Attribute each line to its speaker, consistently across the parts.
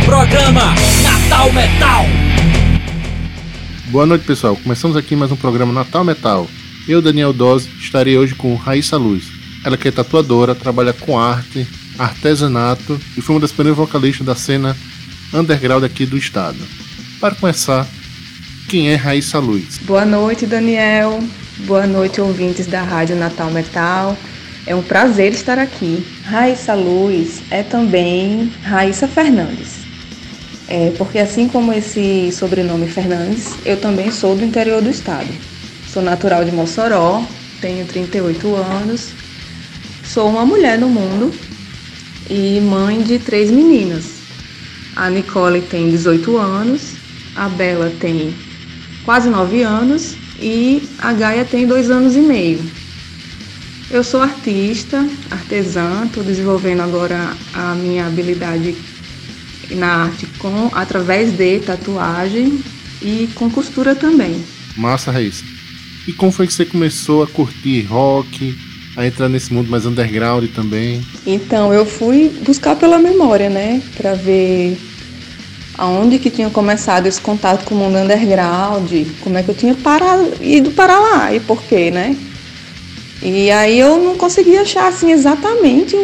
Speaker 1: Programa Natal Metal.
Speaker 2: Boa noite, pessoal. Começamos aqui mais um programa Natal Metal. Eu, Daniel Dose, estarei hoje com Raíssa Luz. Ela que é tatuadora, trabalha com arte, artesanato e foi uma das primeiras vocalistas da cena underground aqui do estado. Para começar, quem é Raíssa Luz?
Speaker 3: Boa noite, Daniel. Boa noite, ouvintes da Rádio Natal Metal. É um prazer estar aqui. Raíssa Luz é também Raíssa Fernandes. Porque assim como esse sobrenome Fernandes, eu também sou do interior do estado. Sou natural de Mossoró, tenho 38 anos, sou uma mulher no mundo e mãe de 3 meninas. A Nicole tem 18 anos, a Bela tem quase 9 anos e a Gaia tem 2 anos e meio. Eu sou artista, artesã, estou desenvolvendo agora a minha habilidade na arte através de tatuagem e com costura também.
Speaker 2: Massa, Raíssa. E como foi que você começou a curtir rock, a entrar nesse mundo mais underground também?
Speaker 3: Então, eu fui buscar pela memória, né, para ver aonde que tinha começado esse contato com o mundo underground, como é que eu tinha ido para lá e por quê, né? E aí eu não conseguia achar assim exatamente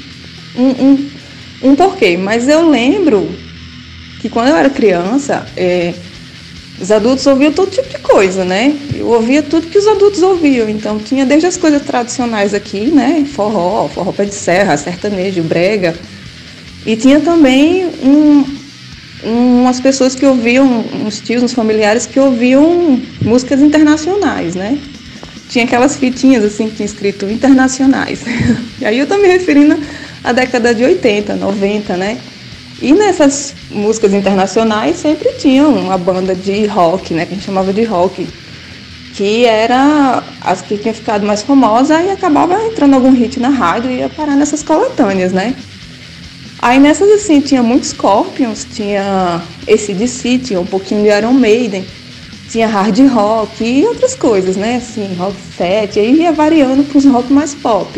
Speaker 3: um porquê, mas eu lembro que quando eu era criança, os adultos ouviam todo tipo de coisa, né? Eu ouvia tudo que os adultos ouviam, então tinha desde as coisas tradicionais aqui, né? Forró pé de serra, sertanejo, brega, e tinha também umas pessoas que ouviam, uns tios, uns familiares que ouviam músicas internacionais, né? Tinha aquelas fitinhas assim que tinha escrito internacionais. E aí eu tô me referindo à década de 80, 90, né? E nessas músicas internacionais sempre tinha uma banda de rock, né? Que a gente chamava de rock, que era as que tinha ficado mais famosa e acabava entrando algum hit na rádio e ia parar nessas coletâneas, né? Aí nessas assim tinha muitos Scorpions, tinha AC/DC, tinha um pouquinho de Iron Maiden, tinha hard rock e outras coisas, né? Assim, rock set, aí ia variando para os rock mais pop.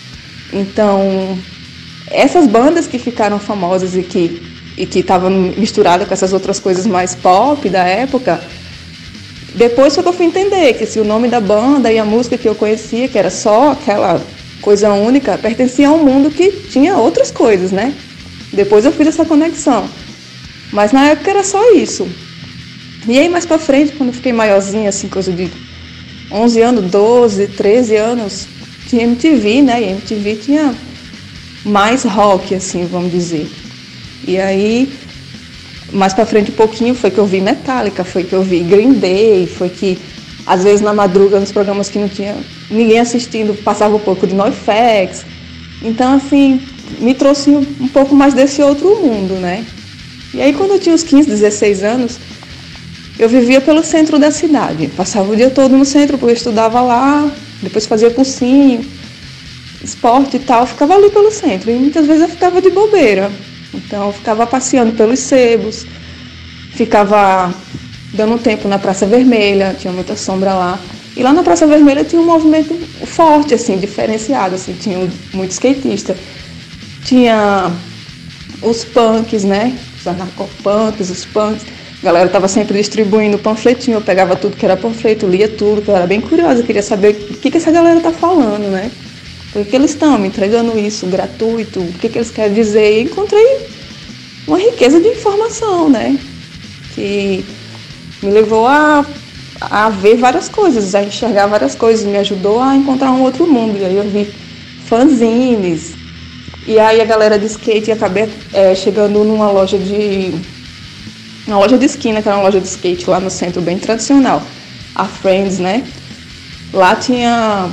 Speaker 3: Então, essas bandas que ficaram famosas e que estavam misturadas com essas outras coisas mais pop da época, depois foi que eu fui entender que se o nome da banda e a música que eu conhecia, que era só aquela coisa única, pertencia a um mundo que tinha outras coisas, né? Depois eu fiz essa conexão. Mas na época era só isso. E aí mais pra frente, quando eu fiquei maiorzinha, assim, coisa de 11 anos, 12, 13 anos, tinha MTV, né? E a MTV tinha mais rock, assim, vamos dizer. E aí, mais pra frente um pouquinho, foi que eu vi Metallica, foi que eu vi Green Day, foi que, às vezes, na madruga, nos programas que não tinha ninguém assistindo, passava um pouco de NoFX. Então, assim, me trouxe um pouco mais desse outro mundo, né? E aí, quando eu tinha uns 15, 16 anos, eu vivia pelo centro da cidade. Passava o dia todo no centro, porque eu estudava lá, depois fazia cursinho, esporte e tal, ficava ali pelo centro. E muitas vezes eu ficava de bobeira. Então eu ficava passeando pelos sebos, ficava dando um tempo na Praça Vermelha, tinha muita sombra lá. E lá na Praça Vermelha tinha um movimento forte, assim, diferenciado, assim, tinha muito skatista. Tinha os punks, né? Os anarcopunks, os punks. A galera estava sempre distribuindo panfletinho, eu pegava tudo que era panfleto, lia tudo, que eu era bem curiosa, queria saber o que essa galera tá falando, né? Por que eles estão me entregando isso gratuito, o que eles querem dizer? E encontrei uma riqueza de informação, né? Que me levou a ver várias coisas, a enxergar várias coisas, me ajudou a encontrar um outro mundo. E aí eu vi fanzines, e aí a galera de skate, e acabei chegando numa loja de esquina, que era uma loja de skate lá no centro, bem tradicional, a Friends, né? Lá tinha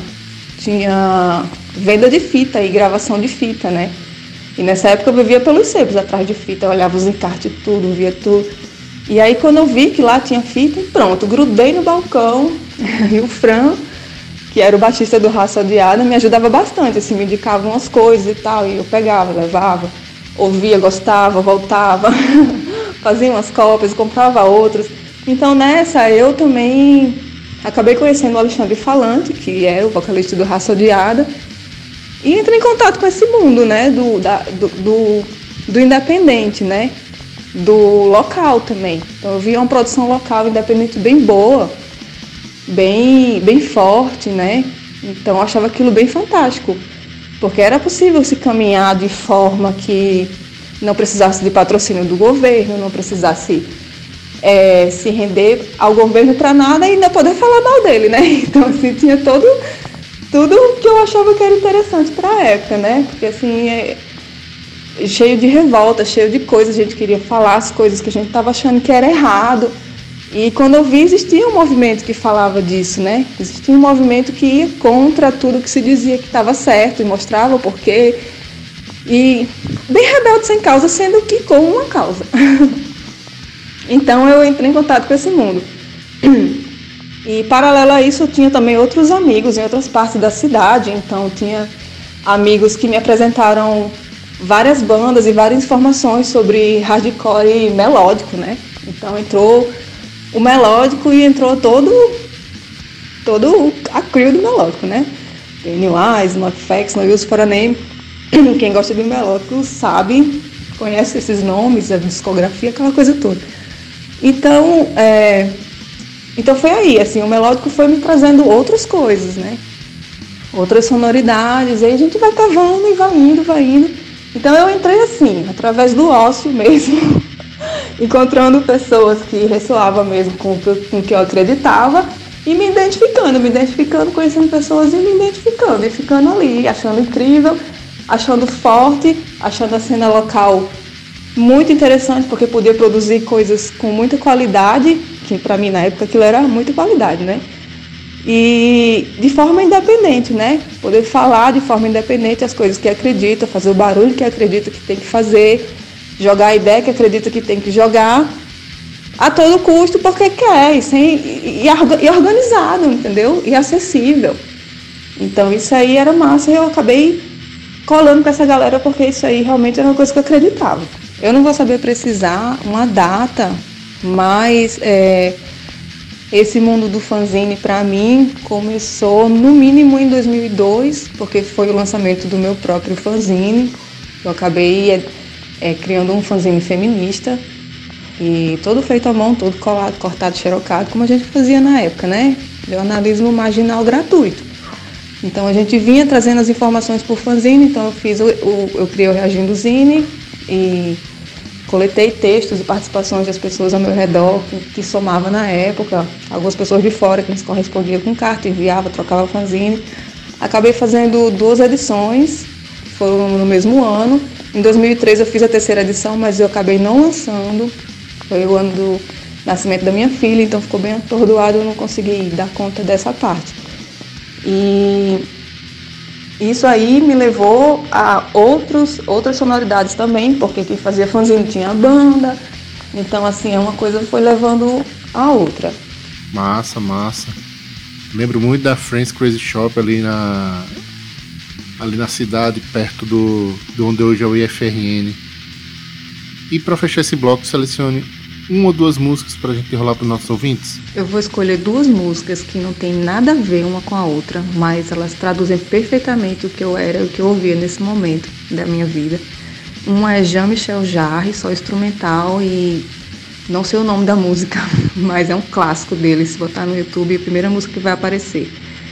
Speaker 3: venda de fita e gravação de fita, né? E nessa época eu vivia pelos sebos, atrás de fita, eu olhava os encartes tudo, via tudo. E aí quando eu vi que lá tinha fita, pronto, grudei no balcão, e o Fran, que era o baixista do Raça Odiada, me ajudava bastante, assim, me indicava umas coisas e tal, e eu pegava, levava, ouvia, gostava, voltava, fazia umas cópias, comprava outras. Então nessa eu também acabei conhecendo o Alexandre Falante, que era o vocalista do Raça Odiada, e entrei em contato com esse mundo, né, do independente, né? do local também. Então eu via uma produção local independente bem boa, bem forte, né? Então eu achava aquilo bem fantástico, porque era possível se caminhar de forma que não precisasse de patrocínio do governo, não precisasse se render ao governo para nada e ainda poder falar mal dele, né? Então assim, tinha tudo que eu achava que era interessante para a época, né? Porque assim, cheio de revolta, cheio de coisas, a gente queria falar as coisas que a gente estava achando que era errado. E quando eu vi, existia um movimento que falava disso, né? Existia um movimento que ia contra tudo que se dizia que estava certo e mostrava o porquê. E bem rebelde sem causa, sendo que com uma causa. Então eu entrei em contato com esse mundo. E paralelo a isso, eu tinha também outros amigos em outras partes da cidade. Então tinha amigos que me apresentaram várias bandas e várias informações sobre hardcore melódico, né? Então entrou o melódico e entrou todo a crew do melódico, né? Pennywise, NoFX, No Use For A Name. Quem gosta de melódico sabe, conhece esses nomes, a discografia, aquela coisa toda. Então foi aí, assim, o melódico foi me trazendo outras coisas, né? Outras sonoridades, aí a gente vai cavando e vai indo. Então eu entrei assim, através do ócio mesmo, encontrando pessoas que ressoavam mesmo com o que eu acreditava e me identificando, conhecendo pessoas e me identificando, e ficando ali, achando incrível, achando forte, achando a cena local muito interessante, porque podia produzir coisas com muita qualidade, que para mim na época aquilo era muita qualidade, né? E de forma independente, né? Poder falar de forma independente as coisas que acredita, fazer o barulho que acredita que tem que fazer, jogar a ideia que acredita que tem que jogar, a todo custo, porque quer, e organizado, entendeu? E acessível. Então isso aí era massa e eu acabei colando com essa galera, porque isso aí realmente era uma coisa que eu acreditava. Eu não vou saber precisar uma data, mas esse mundo do fanzine para mim começou no mínimo em 2002, porque foi o lançamento do meu próprio fanzine. Eu acabei criando um fanzine feminista, e todo feito à mão, todo colado, cortado, xerocado, como a gente fazia na época, né? Jornalismo marginal gratuito. Então a gente vinha trazendo as informações por fanzine, então eu criei o Reagindo Zine e coletei textos e participações das pessoas ao meu redor que somava na época, algumas pessoas de fora que nos correspondiam com carta, enviava, trocava fanzine. Acabei fazendo 2 edições, foram no mesmo ano. Em 2013 eu fiz a 3ª edição, mas eu acabei não lançando. Foi o ano do nascimento da minha filha, então ficou bem atordoado, eu não consegui dar conta dessa parte. E isso aí me levou a outras sonoridades também, porque quem fazia fanzine tinha a banda. Então, assim, uma coisa foi levando a outra.
Speaker 2: Massa. Lembro muito da Friends Crazy Shop ali na cidade, perto do onde hoje é o IFRN. E para fechar esse bloco, selecione 1 ou 2 músicas para a gente rolar para os nossos ouvintes.
Speaker 3: Eu vou escolher 2 músicas que não tem nada a ver uma com a outra, mas elas traduzem perfeitamente o que eu era e o que eu ouvia nesse momento da minha vida. Uma é Jean-Michel Jarre, só instrumental, e não sei o nome da música, mas é um clássico dele. Se botar no YouTube, é a primeira música que vai aparecer.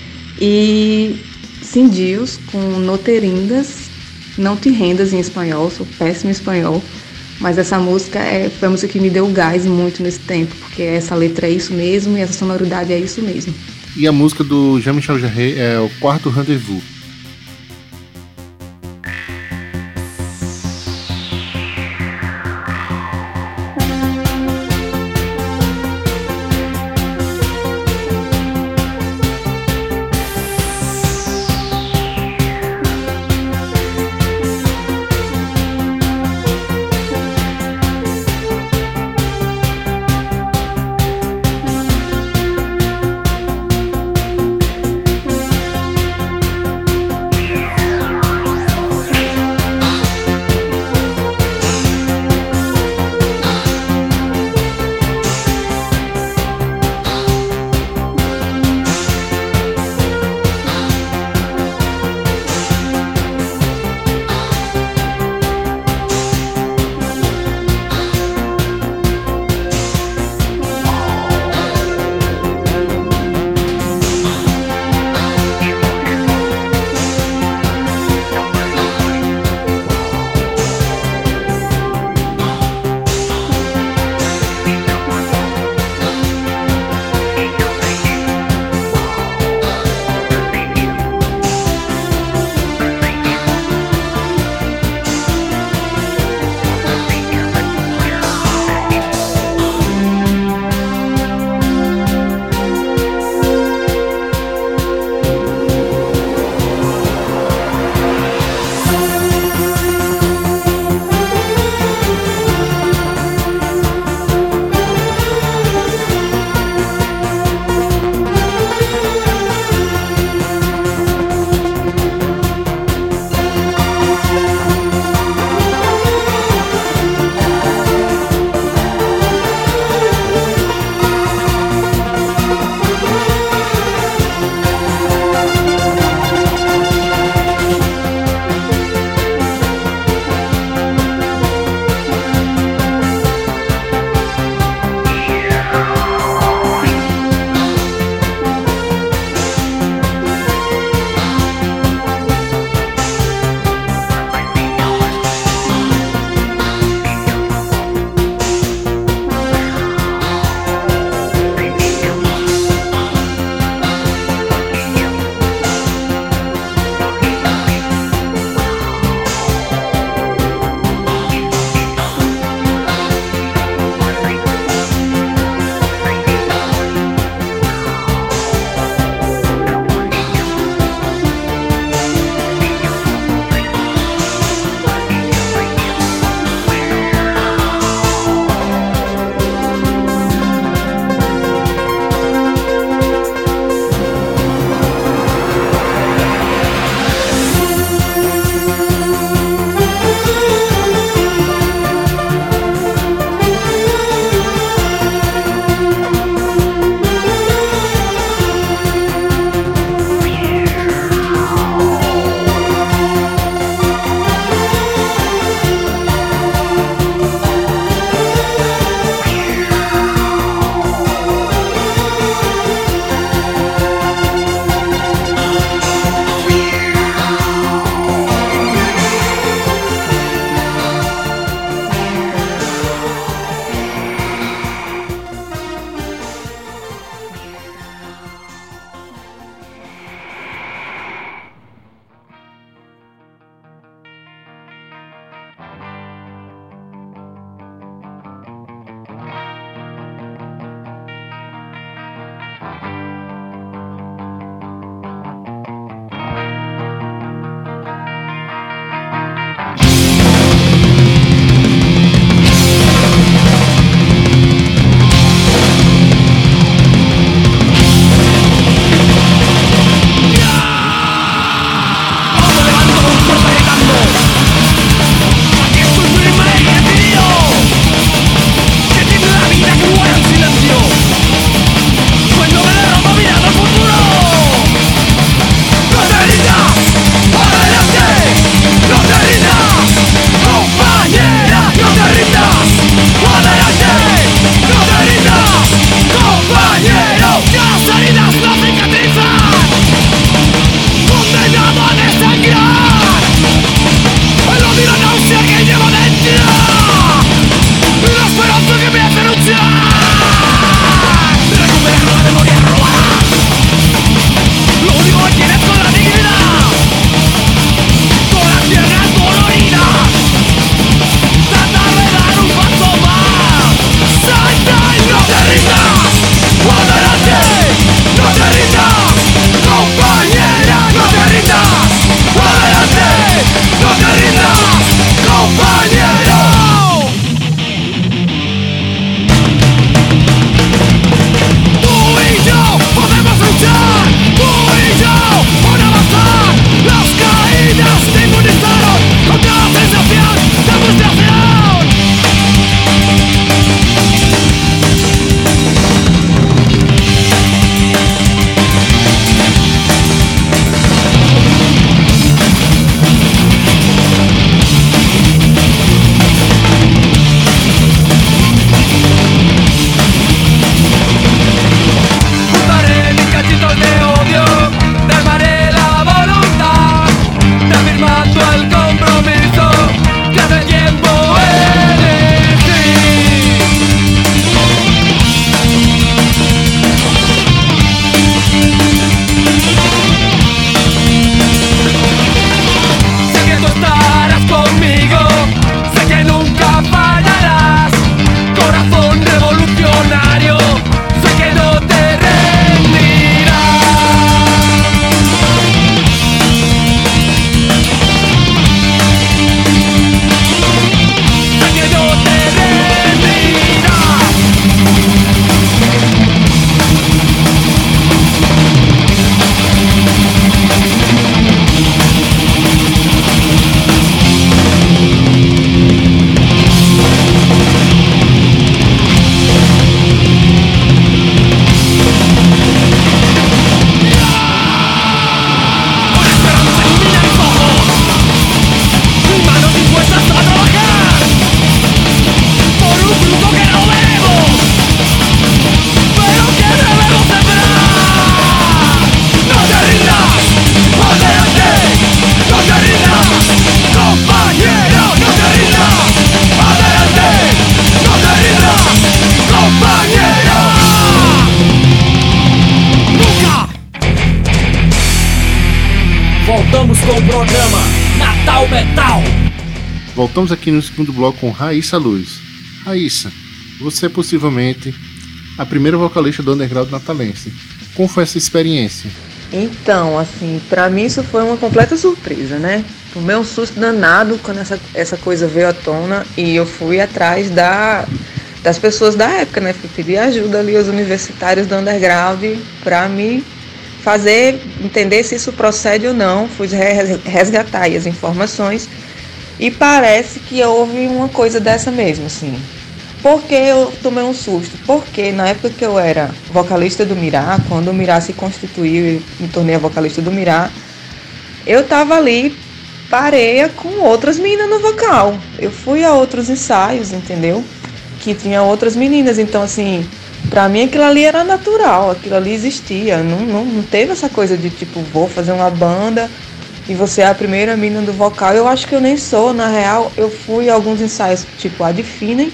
Speaker 3: E Cindios com Noterindas, Não Te Rendas em espanhol, sou péssimo em espanhol, mas essa música foi a música que me deu gás muito nesse tempo, porque essa letra é isso mesmo e essa sonoridade é isso mesmo.
Speaker 2: E a música do Jean-Michel Jarre é o Quarto Rendezvous.
Speaker 1: Natal Metal.
Speaker 2: Voltamos aqui no segundo bloco com Raíssa Luz. Raíssa, você é possivelmente a primeira vocalista do underground natalense. Como foi essa experiência?
Speaker 3: Então, assim, pra mim isso foi uma completa surpresa, né? Tomei um susto danado quando essa coisa veio à tona e eu fui atrás das pessoas da época, né? Fui pedir ajuda ali aos universitários do underground pra me fazer entender se isso procede ou não. Fui resgatar aí as informações e parece que houve uma coisa dessa mesmo, assim. Por que eu tomei um susto? Porque na época que eu era vocalista do Mirá, quando o Mirá se constituiu e me tornei a vocalista do Mirá, eu tava ali pareia com outras meninas no vocal. Eu fui a outros ensaios, entendeu? Que tinha outras meninas, então assim, pra mim aquilo ali era natural, aquilo ali existia, não teve essa coisa de tipo, vou fazer uma banda e você é a primeira menina do vocal. Eu acho que eu nem sou, na real, eu fui a alguns ensaios, tipo a Definem,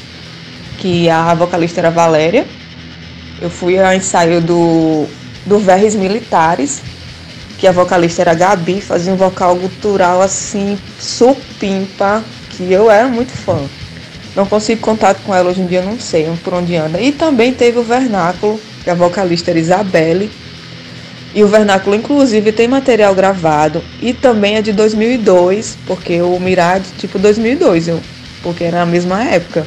Speaker 3: que a vocalista era a Valéria, eu fui ao ensaio do Verres Militares, que a vocalista era a Gabi, fazia um vocal gutural assim, supimpa, que eu era muito fã. Não consigo contato com ela hoje em dia, não sei por onde anda. E também teve o Vernáculo, que a vocalista era Isabelle. E o Vernáculo, inclusive, tem material gravado. E também é de 2002, porque o Mirá é de tipo 2002, porque era a mesma época.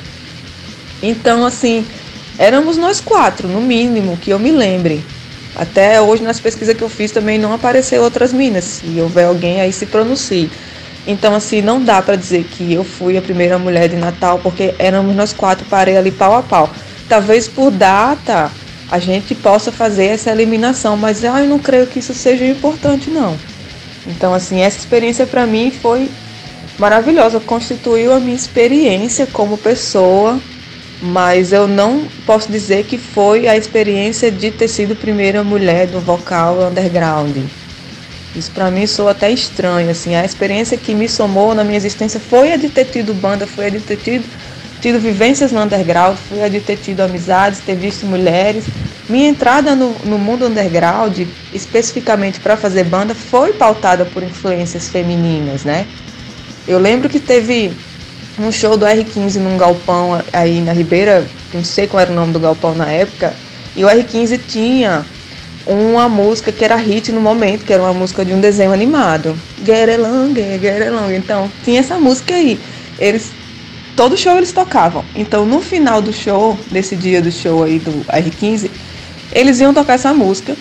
Speaker 3: Então, assim, éramos nós quatro, no mínimo, que eu me lembre. Até hoje, nas pesquisas que eu fiz, também não apareceu outras minas. Se houver alguém, aí se pronuncie. Então, assim, não dá pra dizer que eu fui a primeira mulher de Natal, porque éramos nós quatro, parei ali pau a pau. Talvez por data a gente possa fazer essa eliminação, mas eu não creio que isso seja importante, não. Então, assim, essa experiência pra mim foi maravilhosa, constituiu a minha experiência como pessoa, mas eu não posso dizer que foi a experiência de ter sido a primeira mulher do vocal underground. Isso pra mim soa até estranho, assim, a experiência que me somou na minha existência foi a de ter tido banda, foi a de ter tido vivências no underground, foi a de ter tido amizades, ter visto mulheres. Minha entrada no mundo underground, especificamente para fazer banda, foi pautada por influências femininas, né? Eu lembro que teve um show do R15 num galpão aí na Ribeira, não sei qual era o nome do galpão na época, e o R15 tinha uma música que era hit no momento, que era uma música de um desenho animado. Get along, get along. Então, tinha essa música aí. Todo show eles tocavam. Então, no final do show, desse dia do show aí do R15, eles iam tocar essa música.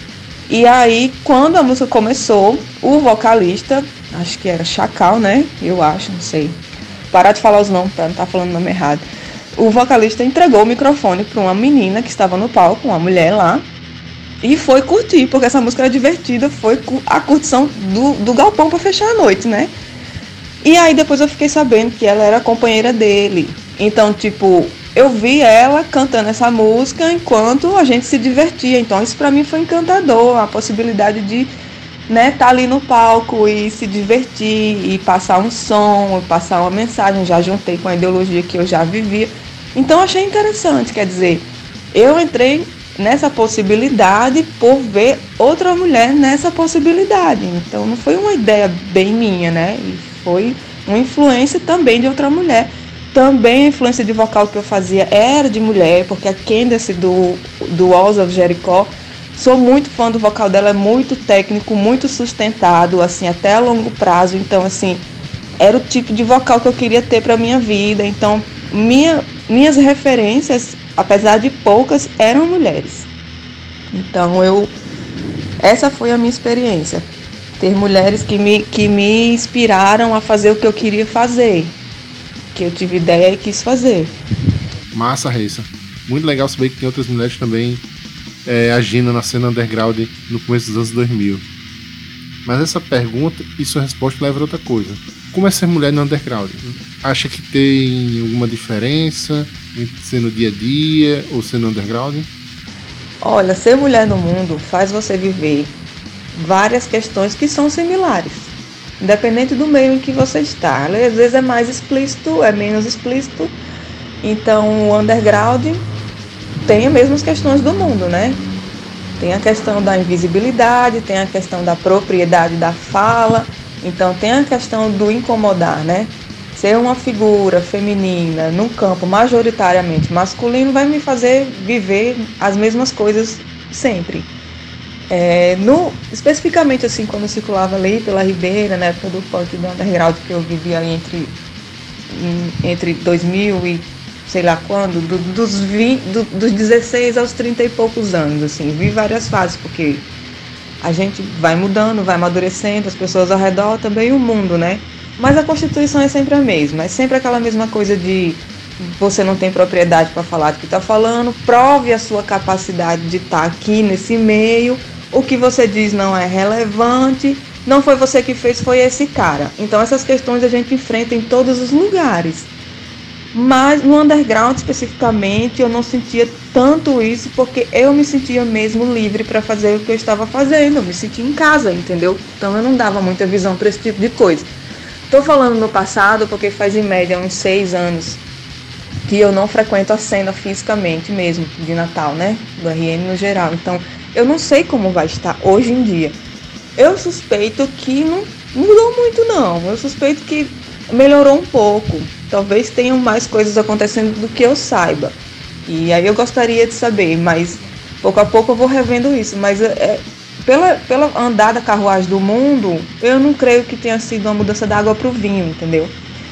Speaker 3: E aí, quando a música começou, o vocalista, acho que era Chacal, né? Eu acho, não sei. Parar de falar os nomes para não estar falando o nome errado. O vocalista entregou o microfone para uma menina que estava no palco, uma mulher lá, e foi curtir, porque essa música era divertida, foi a curtição do galpão para fechar a noite, né? E aí depois eu fiquei sabendo que ela era companheira dele. Então, tipo, eu vi ela cantando essa música enquanto a gente se divertia. Então isso pra mim foi encantador, a possibilidade de, né, tá ali no palco e se divertir, e passar um som, e passar uma mensagem. Já juntei com a ideologia que eu já vivia. Então achei interessante, quer dizer, eu entrei nessa possibilidade por ver outra mulher nessa possibilidade. Então não foi uma ideia bem minha, né? E foi uma influência também de outra mulher. Também a influência de vocal que eu fazia era de mulher, porque a Candace do Walls of Jericho, sou muito fã do vocal dela, é muito técnico, muito sustentado, assim, até a longo prazo. Então, assim, era o tipo de vocal que eu queria ter para minha vida. Então, minhas referências, apesar de poucas, eram mulheres. Então, essa foi a minha experiência. Ter mulheres que me inspiraram a fazer o que eu queria fazer, que eu tive ideia e quis fazer.
Speaker 2: Massa, Raíssa. Muito legal saber que tem outras mulheres também agindo na cena underground no começo dos anos 2000. Mas essa pergunta e sua resposta leva a outra coisa. Como é ser mulher no underground? Acha que tem alguma diferença entre ser no dia a dia ou ser no underground?
Speaker 3: Olha, ser mulher no mundo faz você viver várias questões que são similares, independente do meio em que você está. Às vezes é mais explícito, é menos explícito. Então o underground tem as mesmas questões do mundo, né? Tem a questão da invisibilidade, tem a questão da propriedade da fala. Então tem a questão do incomodar, né? Ser uma figura feminina num campo majoritariamente masculino vai me fazer viver as mesmas coisas sempre. Especificamente assim, quando eu circulava ali pela Ribeira, na época do punk do underground, que eu vivia aí entre 2000 e sei lá quando, dos 16 aos 30 e poucos anos, assim, vi várias fases, porque a gente vai mudando, vai amadurecendo, as pessoas ao redor, também o mundo, né? Mas a Constituição é sempre a mesma, é sempre aquela mesma coisa de você não tem propriedade para falar do que está falando, prove a sua capacidade de estar aqui nesse meio, o que você diz não é relevante, não foi você que fez, foi esse cara. Então essas questões a gente enfrenta em todos os lugares. Mas no underground especificamente eu não sentia tanto isso, porque eu me sentia mesmo livre para fazer o que eu estava fazendo, eu me sentia em casa, entendeu? Então eu não dava muita visão para esse tipo de coisa. Estou falando no passado porque faz em média uns 6 anos que eu não frequento a cena fisicamente mesmo, de Natal, né? Do RN no geral. Então eu não sei como vai estar hoje em dia. Eu suspeito que não mudou muito não, eu suspeito que melhorou um pouco. Talvez tenham mais coisas acontecendo do que eu saiba. E aí eu gostaria de saber, mas pouco a pouco eu vou revendo isso. Mas pela andada carruagem do mundo, eu não creio que tenha sido uma mudança da água para o vinho, entendeu?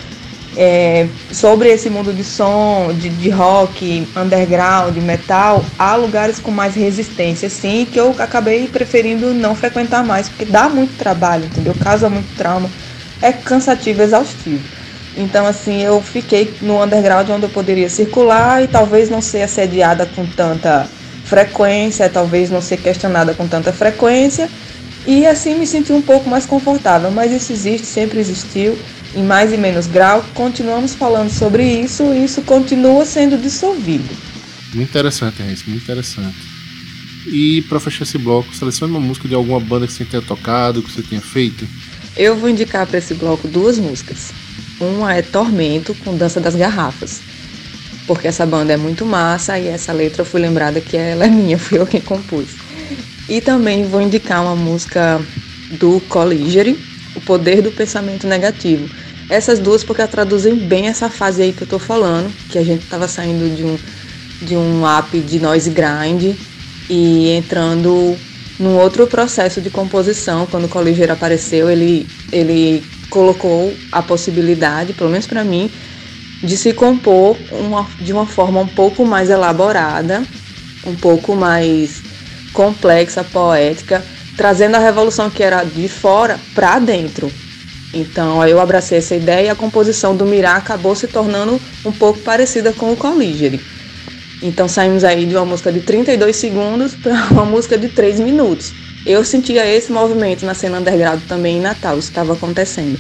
Speaker 3: Sobre esse mundo de som, de rock, underground, metal, há lugares com mais resistência, sim, que eu acabei preferindo não frequentar mais, porque dá muito trabalho, entendeu? Causa muito trauma, é cansativo, exaustivo. Então, assim, eu fiquei no underground onde eu poderia circular e talvez não ser assediada com tanta frequência, talvez não ser questionada com tanta frequência, e assim me senti um pouco mais confortável. Mas isso existe, sempre existiu, em mais e menos grau. Continuamos falando sobre isso e isso continua sendo dissolvido.
Speaker 2: Muito interessante, Raíssa, muito interessante. E para fechar esse bloco, selecione uma música de alguma banda que você tenha tocado, que você tenha feito.
Speaker 3: Eu vou indicar para esse bloco 2 músicas. Uma é Tormento, com Dança das Garrafas, porque essa banda é muito massa e essa letra eu fui lembrada que ela é minha, fui eu quem compus. E também vou indicar uma música do Colligere, O Poder do Pensamento Negativo. Essas duas porque traduzem bem essa fase aí que eu tô falando, que a gente tava saindo de um app de noise grind e entrando num outro processo de composição. Quando o Colligere apareceu, ele colocou a possibilidade, pelo menos para mim, de se compor de uma forma um pouco mais elaborada, um pouco mais complexa, poética, trazendo a revolução que era de fora para dentro. Então aí eu abracei essa ideia e a composição do Mirá acabou se tornando um pouco parecida com o Colligere. Então saímos aí de uma música de 32 segundos para uma música de 3 minutos. Eu sentia esse movimento na cena underground também em Natal, isso estava acontecendo.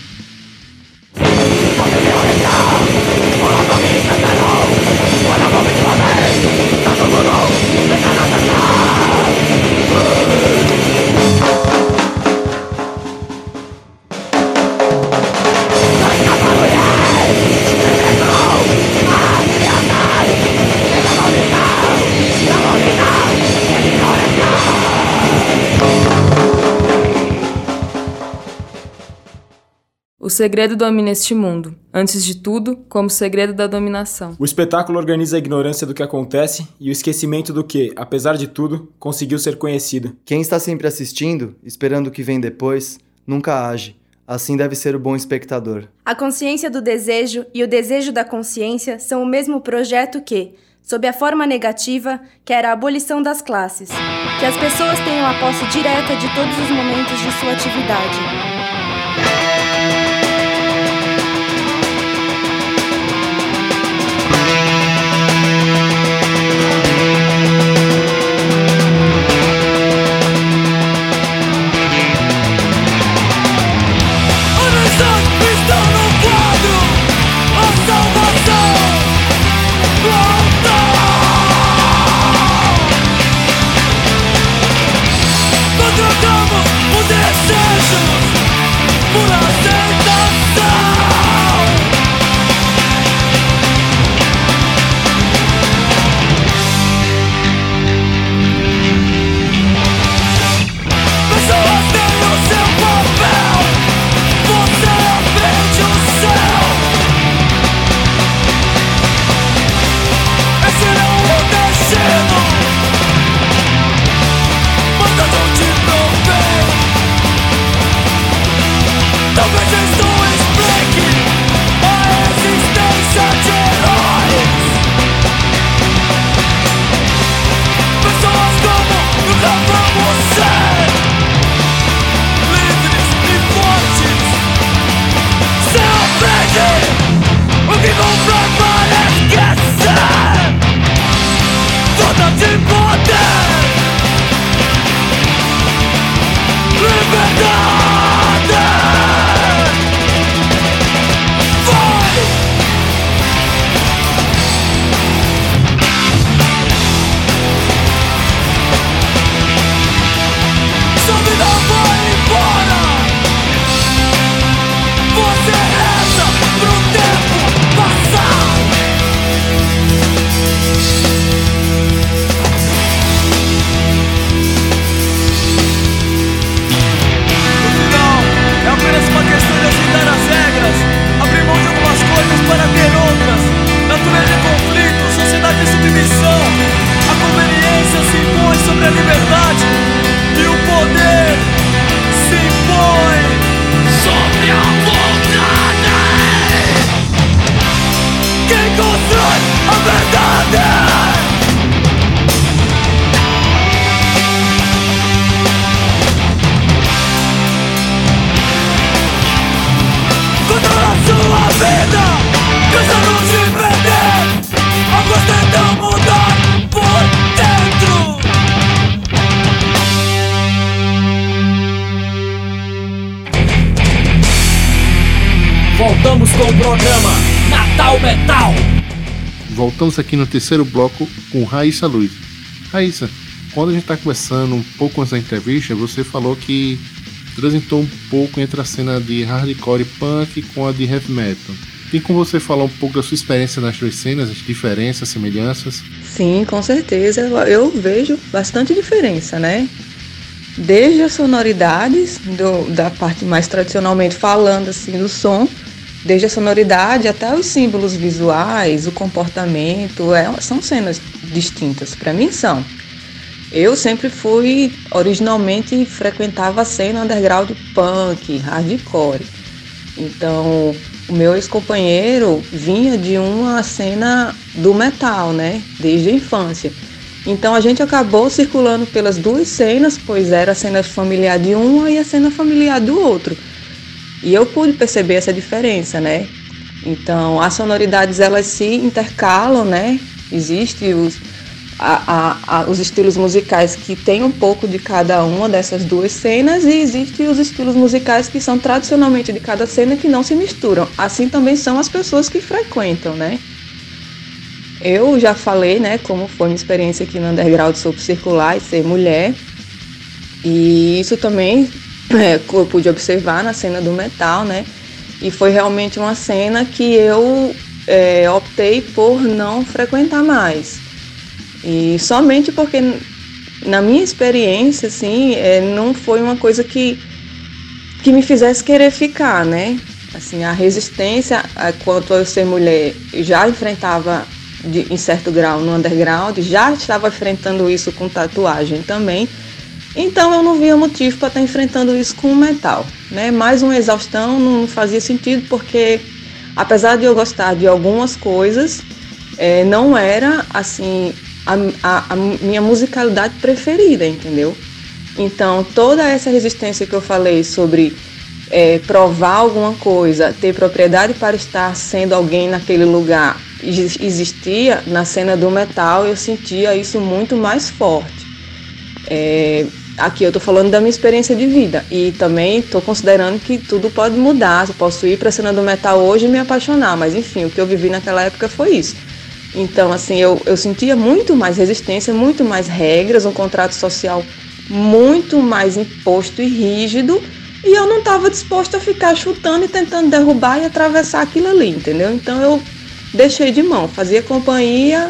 Speaker 4: O segredo domina este mundo, antes de tudo, como segredo da dominação.
Speaker 5: O espetáculo organiza a ignorância do que acontece e o esquecimento do que, apesar de tudo, conseguiu ser conhecido.
Speaker 6: Quem está sempre assistindo, esperando o que vem depois, nunca age. Assim deve ser o bom espectador.
Speaker 7: A consciência do desejo e o desejo da consciência são o mesmo projeto que, sob a forma negativa, quer a abolição das classes. Que as pessoas tenham a posse direta de todos os momentos de sua atividade.
Speaker 1: Controlamos o desejo cansado de perder, alguns tentam mudar por dentro. Voltamos com o programa Natal Metal.
Speaker 2: Voltamos aqui no terceiro bloco com Raíssa Luz. Raíssa, quando a gente está conversando um pouco antes da entrevista, você falou que transitou um pouco entre a cena de hardcore e punk com a de heavy metal. Tem como você falar um pouco da sua experiência nas duas cenas, as diferenças, semelhanças?
Speaker 3: Sim, com certeza. Eu vejo bastante diferença, né? Desde as sonoridades, da parte mais tradicionalmente falando assim do som, desde a sonoridade até os símbolos visuais, o comportamento, são cenas distintas. Para mim são. Eu sempre originalmente frequentava a cena underground punk, hardcore. Então, o meu ex-companheiro vinha de uma cena do metal, né? Desde a infância. Então, a gente acabou circulando pelas duas cenas, pois era a cena familiar de um e a cena familiar do outro. E eu pude perceber essa diferença, né? Então, as sonoridades, elas se intercalam, né? Existem os estilos musicais que tem um pouco de cada uma dessas duas cenas e existem os estilos musicais que são tradicionalmente de cada cena que não se misturam. Assim também são as pessoas que frequentam, né? Eu já falei, né, como foi minha experiência aqui no underground sobre circular e ser mulher. E isso também eu pude observar na cena do metal, né? E foi realmente uma cena que eu optei por não frequentar mais. E somente porque, na minha experiência, assim, não foi uma coisa que me fizesse querer ficar, né? Assim, a resistência, quanto a eu ser mulher, eu já enfrentava em certo grau no underground, já estava enfrentando isso com tatuagem também. Então eu não via motivo para estar enfrentando isso com o metal, né? Mais uma exaustão não fazia sentido, porque apesar de eu gostar de algumas coisas, não era assim a minha musicalidade preferida, entendeu? Então toda essa resistência que eu falei sobre provar alguma coisa, ter propriedade para estar sendo alguém naquele lugar, existia na cena do metal. Eu sentia isso muito mais forte. Aqui eu estou falando da minha experiência de vida e também estou considerando que tudo pode mudar. Eu posso ir para a cena do metal hoje e me apaixonar, mas enfim, o que eu vivi naquela época foi isso. Então, assim, eu sentia muito mais resistência, muito mais regras, um contrato social muito mais imposto e rígido, e eu não estava disposta a ficar chutando e tentando derrubar e atravessar aquilo ali, entendeu? Então eu deixei de mão, fazia companhia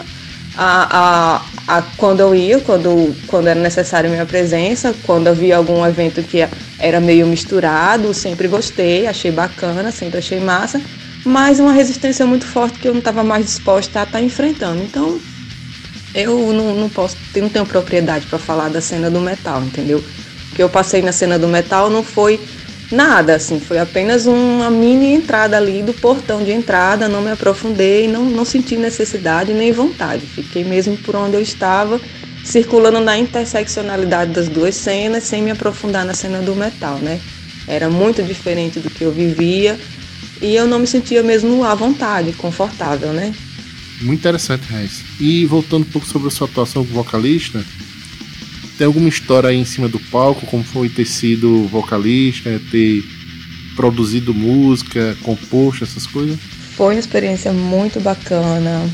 Speaker 3: quando eu ia, quando era necessário minha presença, quando havia algum evento que era meio misturado, sempre gostei, achei bacana, sempre achei massa, mas uma resistência muito forte que eu não estava mais disposta a estar enfrentando. Então eu não tenho propriedade para falar da cena do metal, entendeu? O que eu passei na cena do metal não foi nada, assim, foi apenas uma mini entrada ali do portão de entrada, não me aprofundei, não senti necessidade nem vontade, fiquei mesmo por onde eu estava, circulando na interseccionalidade das duas cenas, sem me aprofundar na cena do metal, né? Era muito diferente do que eu vivia e eu não me sentia mesmo à vontade, confortável, né?
Speaker 2: Muito interessante, Raíssa. E voltando um pouco sobre a sua atuação como vocalista, tem alguma história aí em cima do palco, como foi ter sido vocalista, ter produzido música, composto, essas coisas?
Speaker 3: Foi uma experiência muito bacana,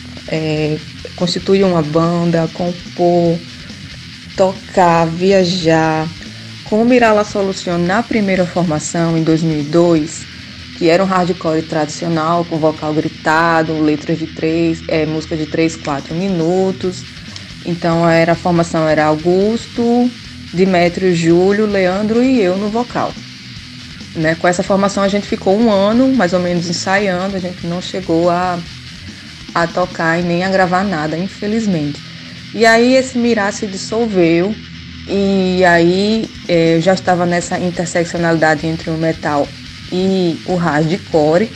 Speaker 3: constituir uma banda, compor, tocar, viajar. Com o Mirala Solution na primeira formação, em 2002, que era um hardcore tradicional, com vocal gritado, letras de música de 3, 4 minutos. Então a formação era Augusto, Demétrio, Júlio, Leandro e eu no vocal. Né? Com essa formação a gente ficou um ano mais ou menos ensaiando, a gente não chegou a tocar e nem a gravar nada, infelizmente. E aí esse Mirá se dissolveu e aí eu já estava nessa interseccionalidade entre o metal e o hardcore.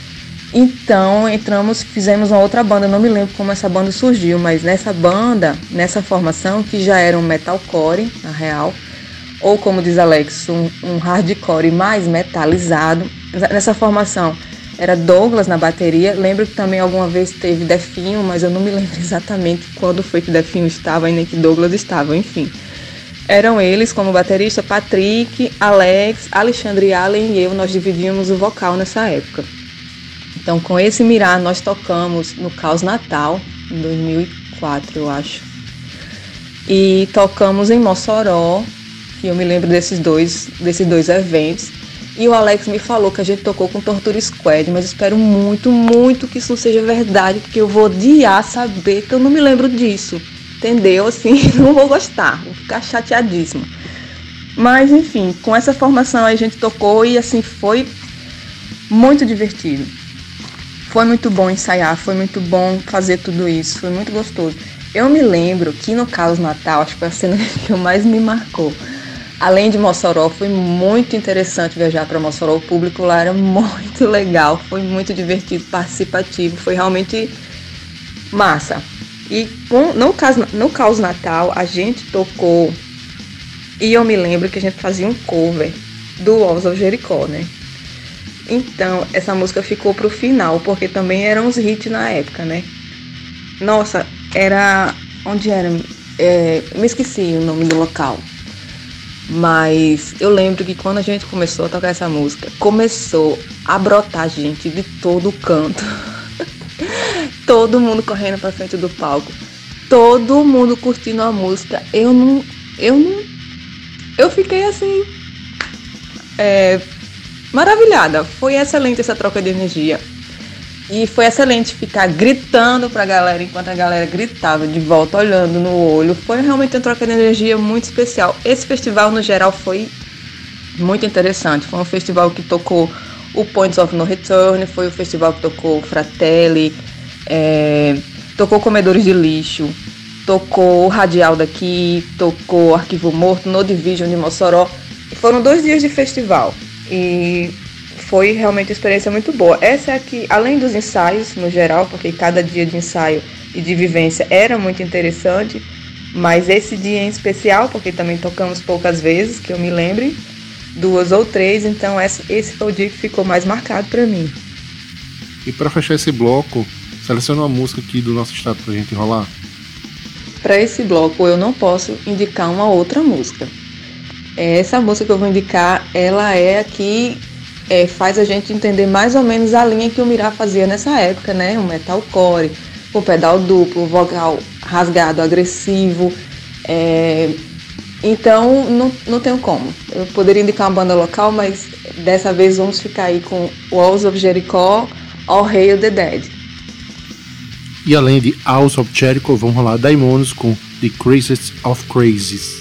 Speaker 3: Então fizemos uma outra banda, não me lembro como essa banda surgiu, mas nessa formação, que já era um metalcore, na real, ou como diz Alex, um hardcore mais metalizado. Nessa formação era Douglas na bateria. Lembro que também alguma vez teve Definho, mas eu não me lembro exatamente quando foi que Definho estava e nem que Douglas estava, enfim. Eram eles como baterista, Patrick, Alex, Alexandre Allen e eu, nós dividíamos o vocal nessa época. Então, com esse Mirá, nós tocamos no Caos Natal, em 2004, eu acho. E tocamos em Mossoró, que eu me lembro desses dois eventos. E o Alex me falou que a gente tocou com Torture Squad, mas espero muito, muito que isso não seja verdade, porque eu vou odiar saber que eu não me lembro disso. Entendeu? Assim, não vou gostar, vou ficar chateadíssima. Mas, enfim, com essa formação a gente tocou e, assim, foi muito divertido. Foi muito bom ensaiar, foi muito bom fazer tudo isso, foi muito gostoso. Eu me lembro que no Caos Natal, acho que foi a cena que mais me marcou. Além de Mossoró, foi muito interessante viajar para Mossoró. O público lá era muito legal, foi muito divertido, participativo, foi realmente massa. E no Caos Natal, a gente tocou, e eu me lembro que a gente fazia um cover do Walls of Jericho, né? Então, essa música ficou pro final, porque também eram os hits na época, né? Nossa, era... Onde era? Me esqueci o nome do local. Mas eu lembro que quando a gente começou a tocar essa música, começou a brotar gente de todo canto. Todo mundo correndo pra frente do palco. Todo mundo curtindo a música. Eu fiquei assim... maravilhada. Foi excelente essa troca de energia. E foi excelente ficar gritando pra galera enquanto a galera gritava de volta, olhando no olho. Foi realmente uma troca de energia muito especial. Esse festival, no geral, foi muito interessante. Foi um festival que tocou o Points of No Return, foi o festival que tocou Fratelli, tocou Comedores de Lixo, tocou o Radial daqui, tocou Arquivo Morto, No Division de Mossoró. Foram 2 dias de festival e foi realmente uma experiência muito boa. Essa aqui, além dos ensaios no geral, porque cada dia de ensaio e de vivência era muito interessante, mas esse dia em especial, porque também tocamos poucas vezes, que eu me lembre, 2 ou 3, então esse foi o dia que ficou mais marcado para mim.
Speaker 2: E para fechar esse bloco, seleciona uma música aqui do nosso estado pra gente enrolar.
Speaker 3: Para esse bloco eu não posso indicar uma outra música. Essa música que eu vou indicar, ela é aqui, faz a gente entender mais ou menos a linha que o Mirá fazia nessa época, né? Um metalcore, com pedal duplo, vocal rasgado, agressivo. Então, não tenho como. Eu poderia indicar uma banda local, mas dessa vez vamos ficar aí com Walls of Jericho, All Hail the Dead.
Speaker 2: E além de House of Jericho, vão rolar Daimonos com The Craziest of Crazies.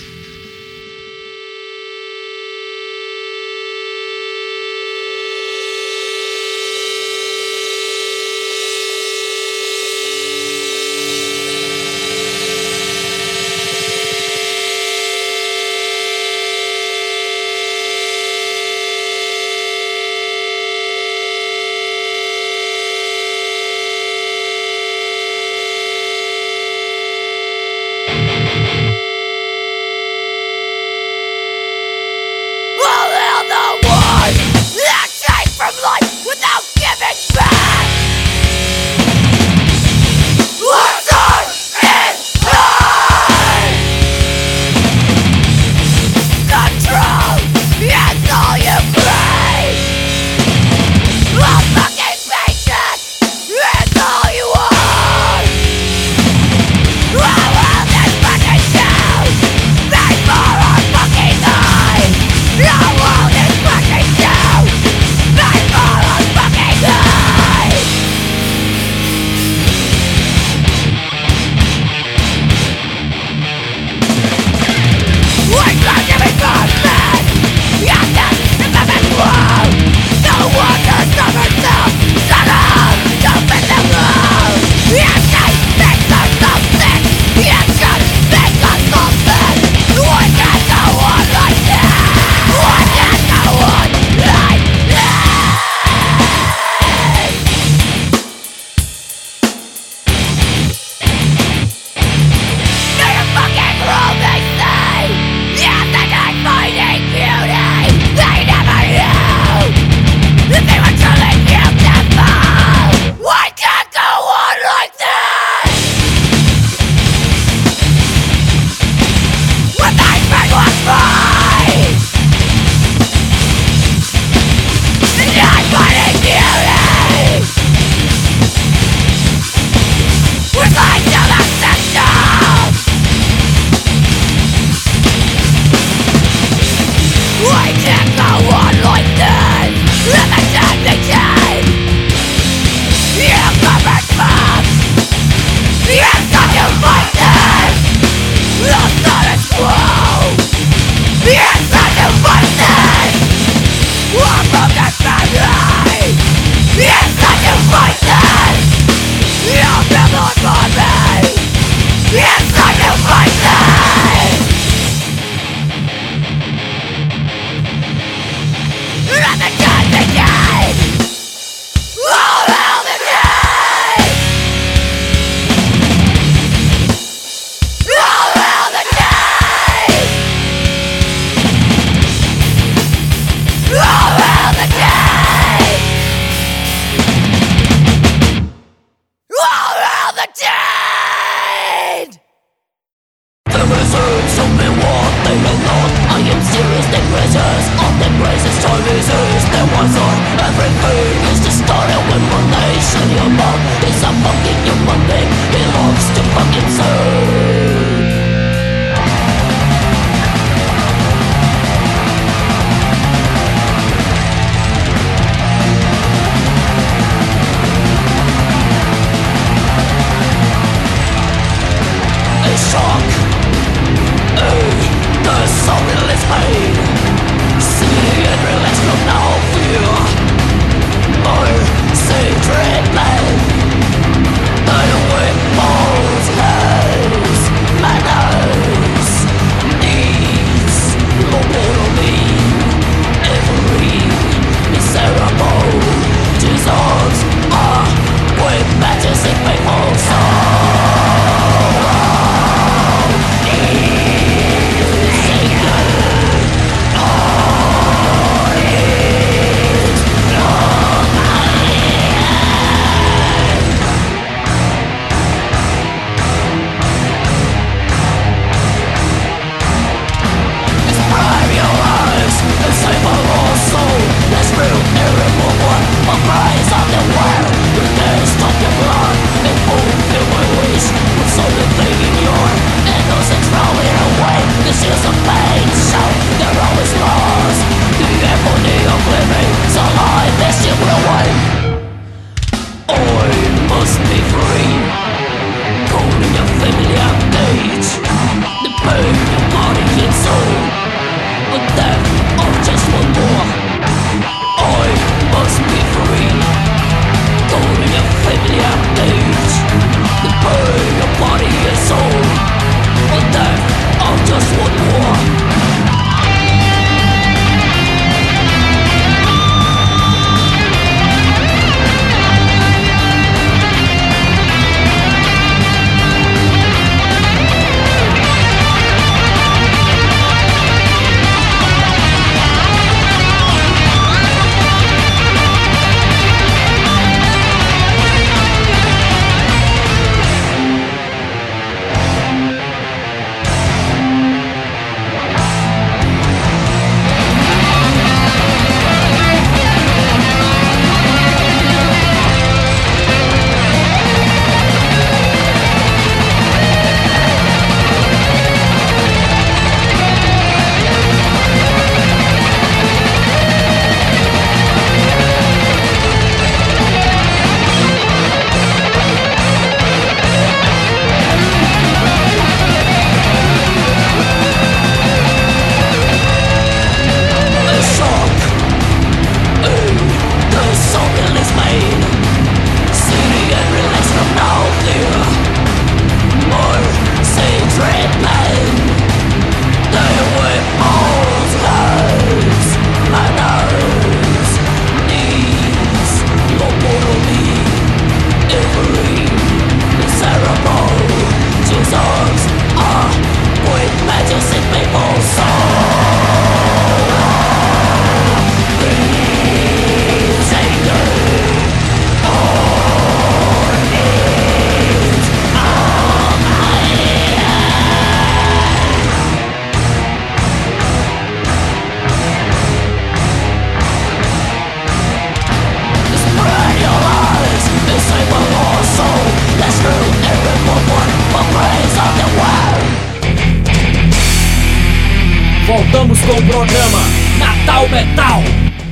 Speaker 1: Voltamos com o programa Natal Metal.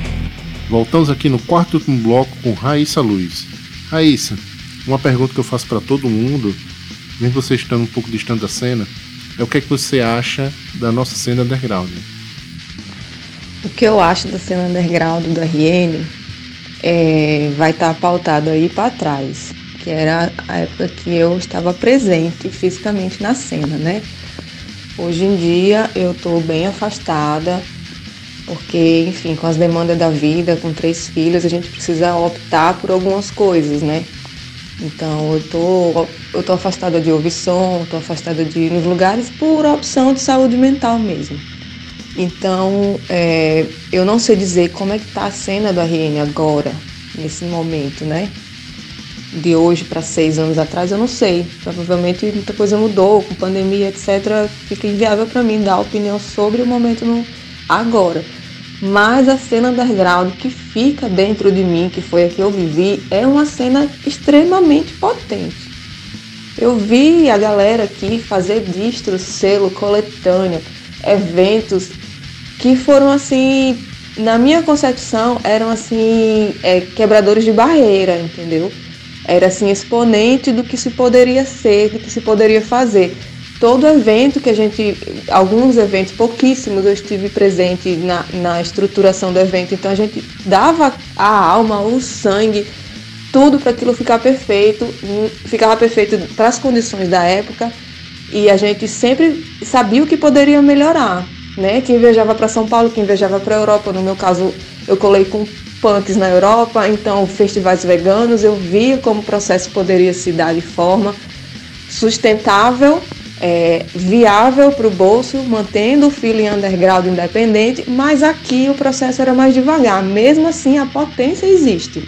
Speaker 2: Voltamos aqui no quarto e último bloco com Raíssa Luz. Raíssa, uma pergunta que eu faço para todo mundo, mesmo você estando um pouco distante da cena, é o que é que você acha da nossa cena underground?
Speaker 3: O que eu acho da cena underground do RN vai estar pautado aí para trás, que era a época que eu estava presente fisicamente na cena, né? Hoje em dia eu estou bem afastada, porque, enfim, com as demandas da vida, com 3 filhos, a gente precisa optar por algumas coisas, né? Então eu tô afastada de ouvir som, estou afastada de ir nos lugares por opção de saúde mental mesmo. Então, eu não sei dizer como é que está a cena do RN agora, nesse momento, né? De hoje para 6 anos atrás, eu não sei. Provavelmente muita coisa mudou, com pandemia, etc. Fica inviável para mim dar opinião sobre o momento agora. Mas a cena underground que fica dentro de mim, que foi a que eu vivi, é uma cena extremamente potente. Eu vi a galera aqui fazer distro, selo, coletânea, eventos que foram assim, na minha concepção, eram assim, quebradores de barreira, entendeu? Era assim, exponente do que se poderia ser, do que se poderia fazer. Todo evento que alguns eventos, pouquíssimos, eu estive presente na estruturação do evento, então a gente dava a alma, o sangue, tudo para aquilo ficar perfeito, ficava perfeito para as condições da época, e a gente sempre sabia o que poderia melhorar, né? Quem viajava para São Paulo, quem viajava para a Europa, no meu caso eu colei com punks na Europa, então festivais veganos, eu via como o processo poderia se dar de forma sustentável, viável para o bolso, mantendo o feeling underground independente, mas aqui o processo era mais devagar. Mesmo assim, a potência existe.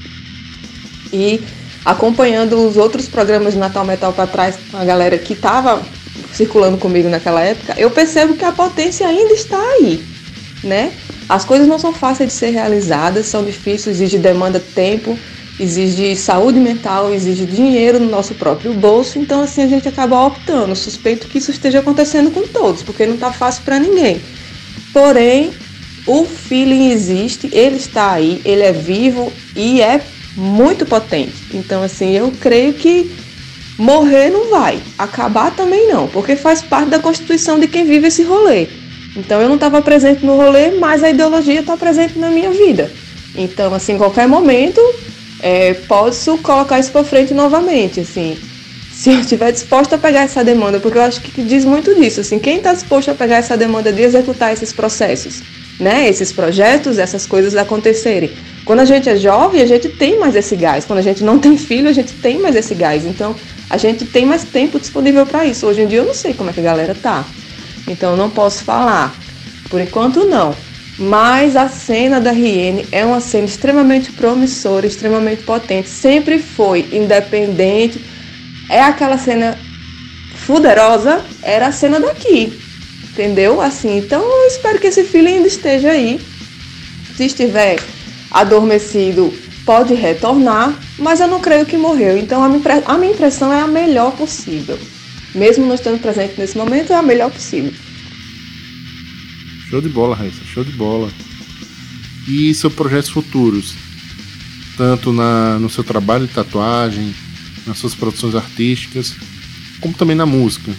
Speaker 3: E acompanhando os outros programas de Natal Metal para trás, com a galera que estava circulando comigo naquela época, eu percebo que a potência ainda está aí, né? As coisas não são fáceis de ser realizadas, são difíceis, exige demanda tempo, exige saúde mental, exige dinheiro no nosso próprio bolso, então assim a gente acaba optando. Suspeito que isso esteja acontecendo com todos, porque não está fácil para ninguém. Porém, o feeling existe, ele está aí, ele é vivo e é muito potente. Então assim, eu creio que morrer não vai, acabar também não, porque faz parte da constituição de quem vive esse rolê. Então eu não estava presente no rolê, mas a ideologia está presente na minha vida. Então, assim, em qualquer momento, posso colocar isso para frente novamente, assim, se eu estiver disposta a pegar essa demanda, porque eu acho que diz muito disso, assim, quem está disposto a pegar essa demanda de executar esses processos, né, esses projetos, essas coisas acontecerem. Quando a gente é jovem, a gente tem mais esse gás. Quando a gente não tem filho, a gente tem mais esse gás. Então, a gente tem mais tempo disponível para isso. Hoje em dia, eu não sei como é que a galera tá. Então, eu não posso falar. Por enquanto, não. Mas a cena da RN é uma cena extremamente promissora, extremamente potente. Sempre foi independente. É aquela cena fuderosa, era a cena daqui. Entendeu? Assim, então, eu espero que esse filho ainda esteja aí. Se estiver adormecido, pode retornar, mas eu não creio que morreu. Então, a minha impressão é a melhor possível. Mesmo não estando presente nesse momento, é a melhor possível.
Speaker 2: Show de bola, Raíssa, show de bola. E seus projetos futuros? Tanto no seu trabalho de tatuagem, nas suas produções artísticas, como também na música.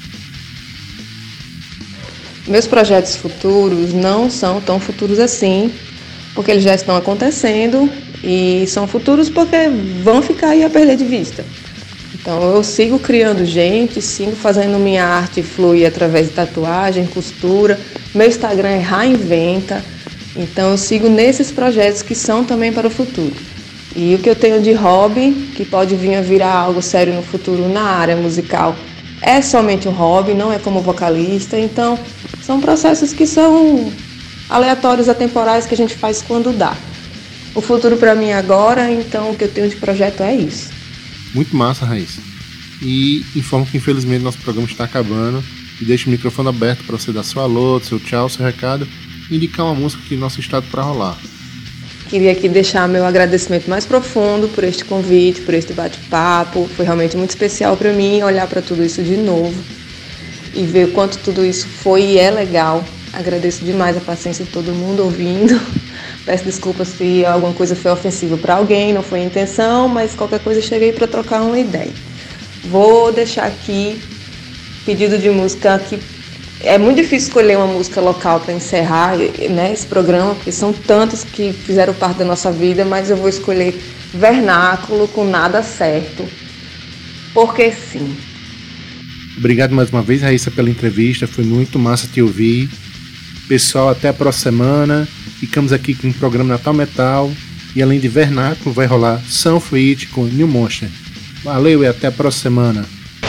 Speaker 3: Meus projetos futuros não são tão futuros assim, porque eles já estão acontecendo e são futuros porque vão ficar aí a perder de vista. Então eu sigo criando gente, sigo fazendo minha arte fluir através de tatuagem, costura. Meu Instagram é Rainventa, então eu sigo nesses projetos que são também para o futuro. E o que eu tenho de hobby, que pode vir a virar algo sério no futuro na área musical, é somente um hobby, não é como vocalista. Então são processos que são aleatórios, atemporais, que a gente faz quando dá. O futuro para mim agora, então o que eu tenho de projeto é isso.
Speaker 2: Muito massa, Raíssa. E informo que infelizmente nosso programa está acabando e deixo o microfone aberto para você dar seu alô, seu tchau, seu recado e indicar uma música aqui no nosso estado para rolar.
Speaker 3: Queria aqui deixar meu agradecimento mais profundo por este convite, por este bate-papo. Foi realmente muito especial para mim olhar para tudo isso de novo e ver o quanto tudo isso foi e é legal. Agradeço demais a paciência de todo mundo ouvindo. Peço desculpas se alguma coisa foi ofensiva para alguém, não foi a intenção, mas qualquer coisa cheguei para trocar uma ideia. Vou deixar aqui pedido de música que é muito difícil escolher uma música local para encerrar, né, esse programa, porque são tantos que fizeram parte da nossa vida, mas eu vou escolher Vernáculo com Nada Certo, porque sim.
Speaker 2: Obrigado mais uma vez, Raíssa, pela entrevista, foi muito massa te ouvir. Pessoal, até a próxima semana. Ficamos aqui com o programa Natal Metal. E além de Vernáculo, vai rolar Sunfleet com New Monster. Valeu e até a próxima semana.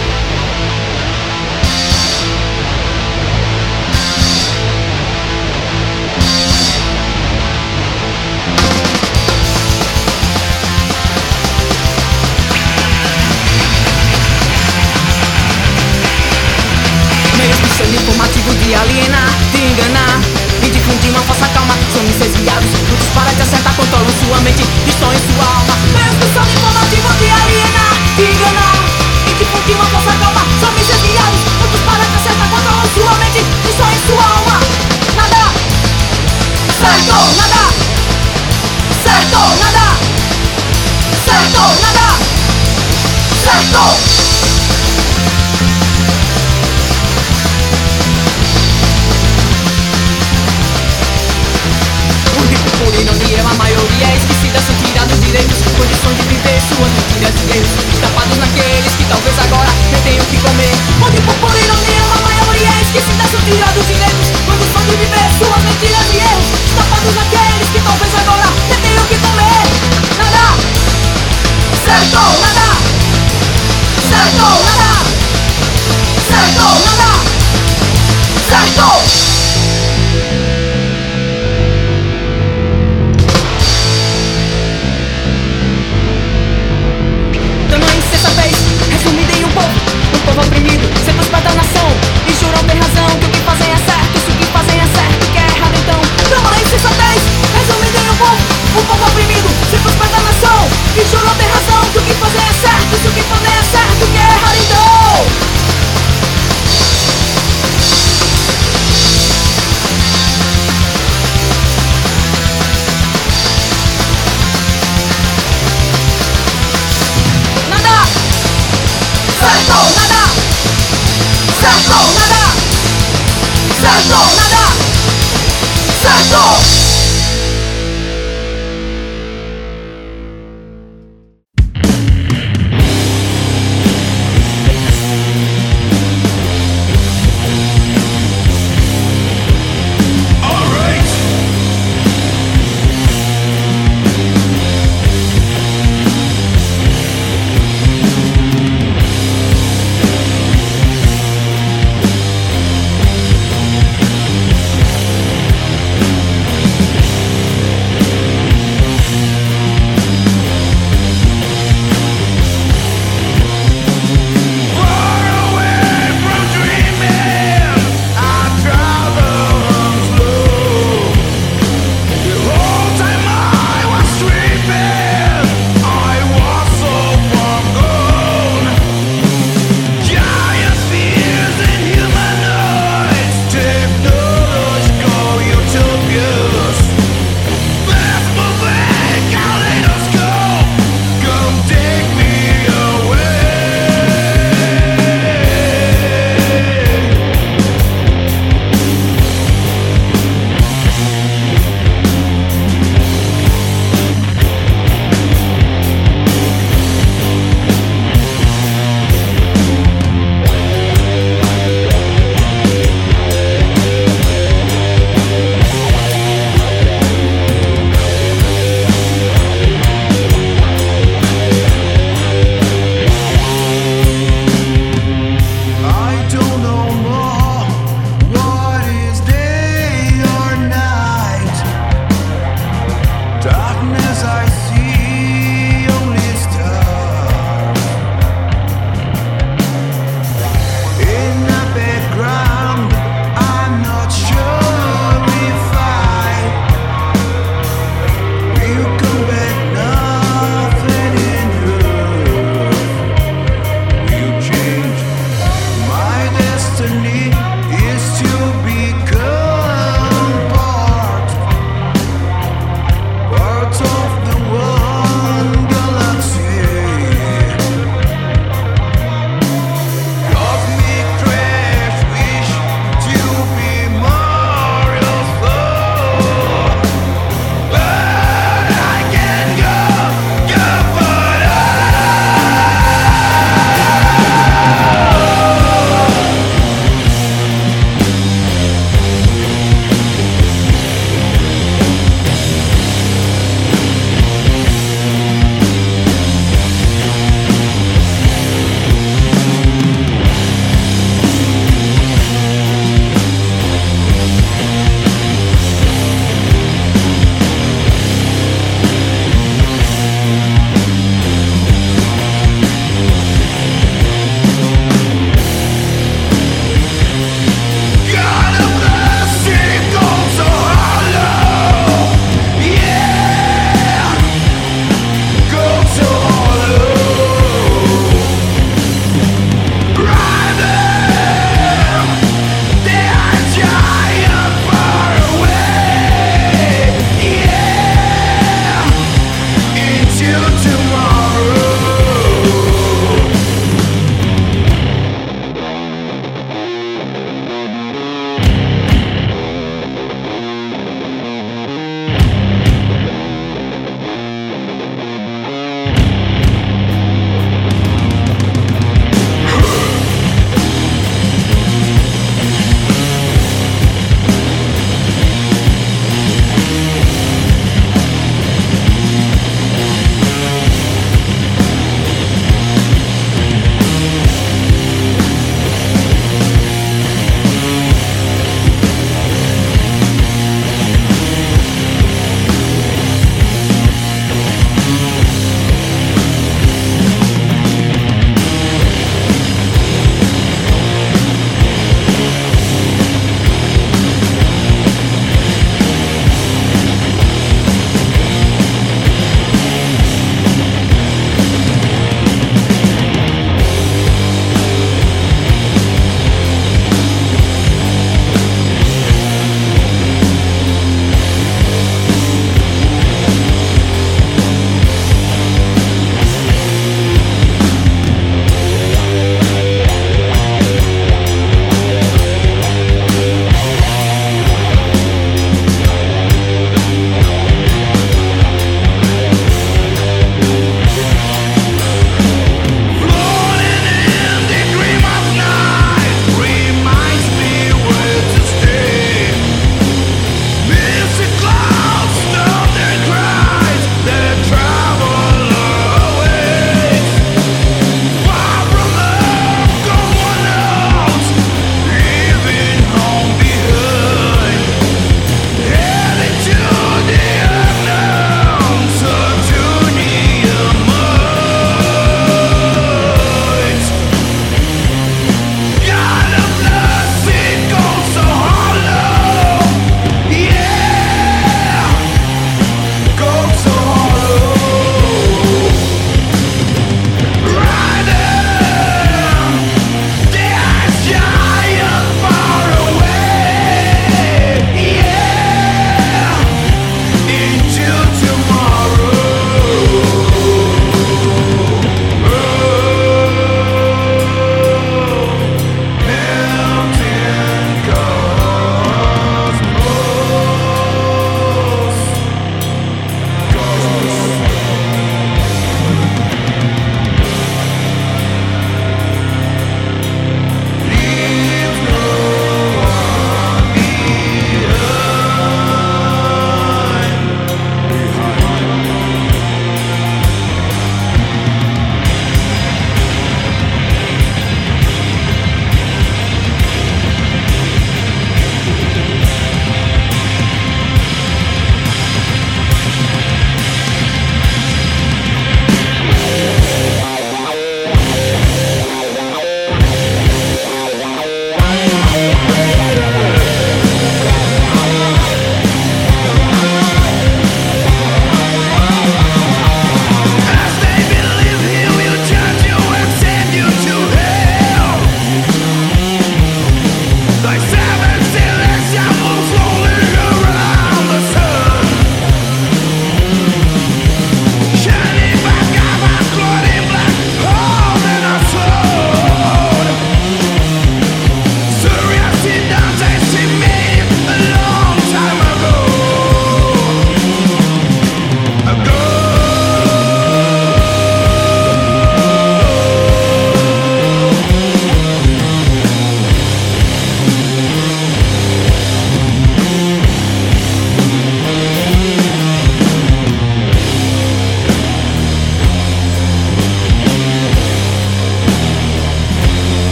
Speaker 1: Informativo de alienar, de enganar e difundir uma falsa calma. São mísseis guiados, brutos para te acertar, controlam sua mente e só em sua alma. Meios que são informativos de alienar, de enganar e difundir uma falsa calma. São mísseis guiados, brutos para te acertar, controlam sua mente e só em sua alma. Nada certo, nada certo, nada certo, nada certo. Por ironia, a maioria é esquecida, são tirados direitos, condições de viver suas mentiras e erros, tapados naqueles que talvez agora nem tenham o que comer. Onde por ironia, a maioria é esquecida, são tirados direitos, condições de viver suas mentiras e erros, tapados naqueles que talvez agora nem tenham o que comer. Nada certo, nada certo, nada certo, nada certo. Resumida em um povo oprimido, sempre da nação, e juram ter razão, que o que fazem é certo, se o que fazem é certo, que é errado então. Tamanha insensatez, resumida em um povo oprimido, sempre da nação, e juram ter razão, que o que fazem é certo, se o que fazem é certo, que é errado então. Certo, nada certo, nada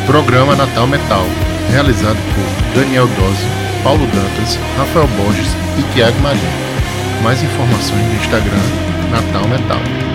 Speaker 2: Programa Natal Metal, realizado por Daniel Dose, Paulo Dantas, Rafael Borges e Thiago Marinho. Mais informações no Instagram Natal Metal.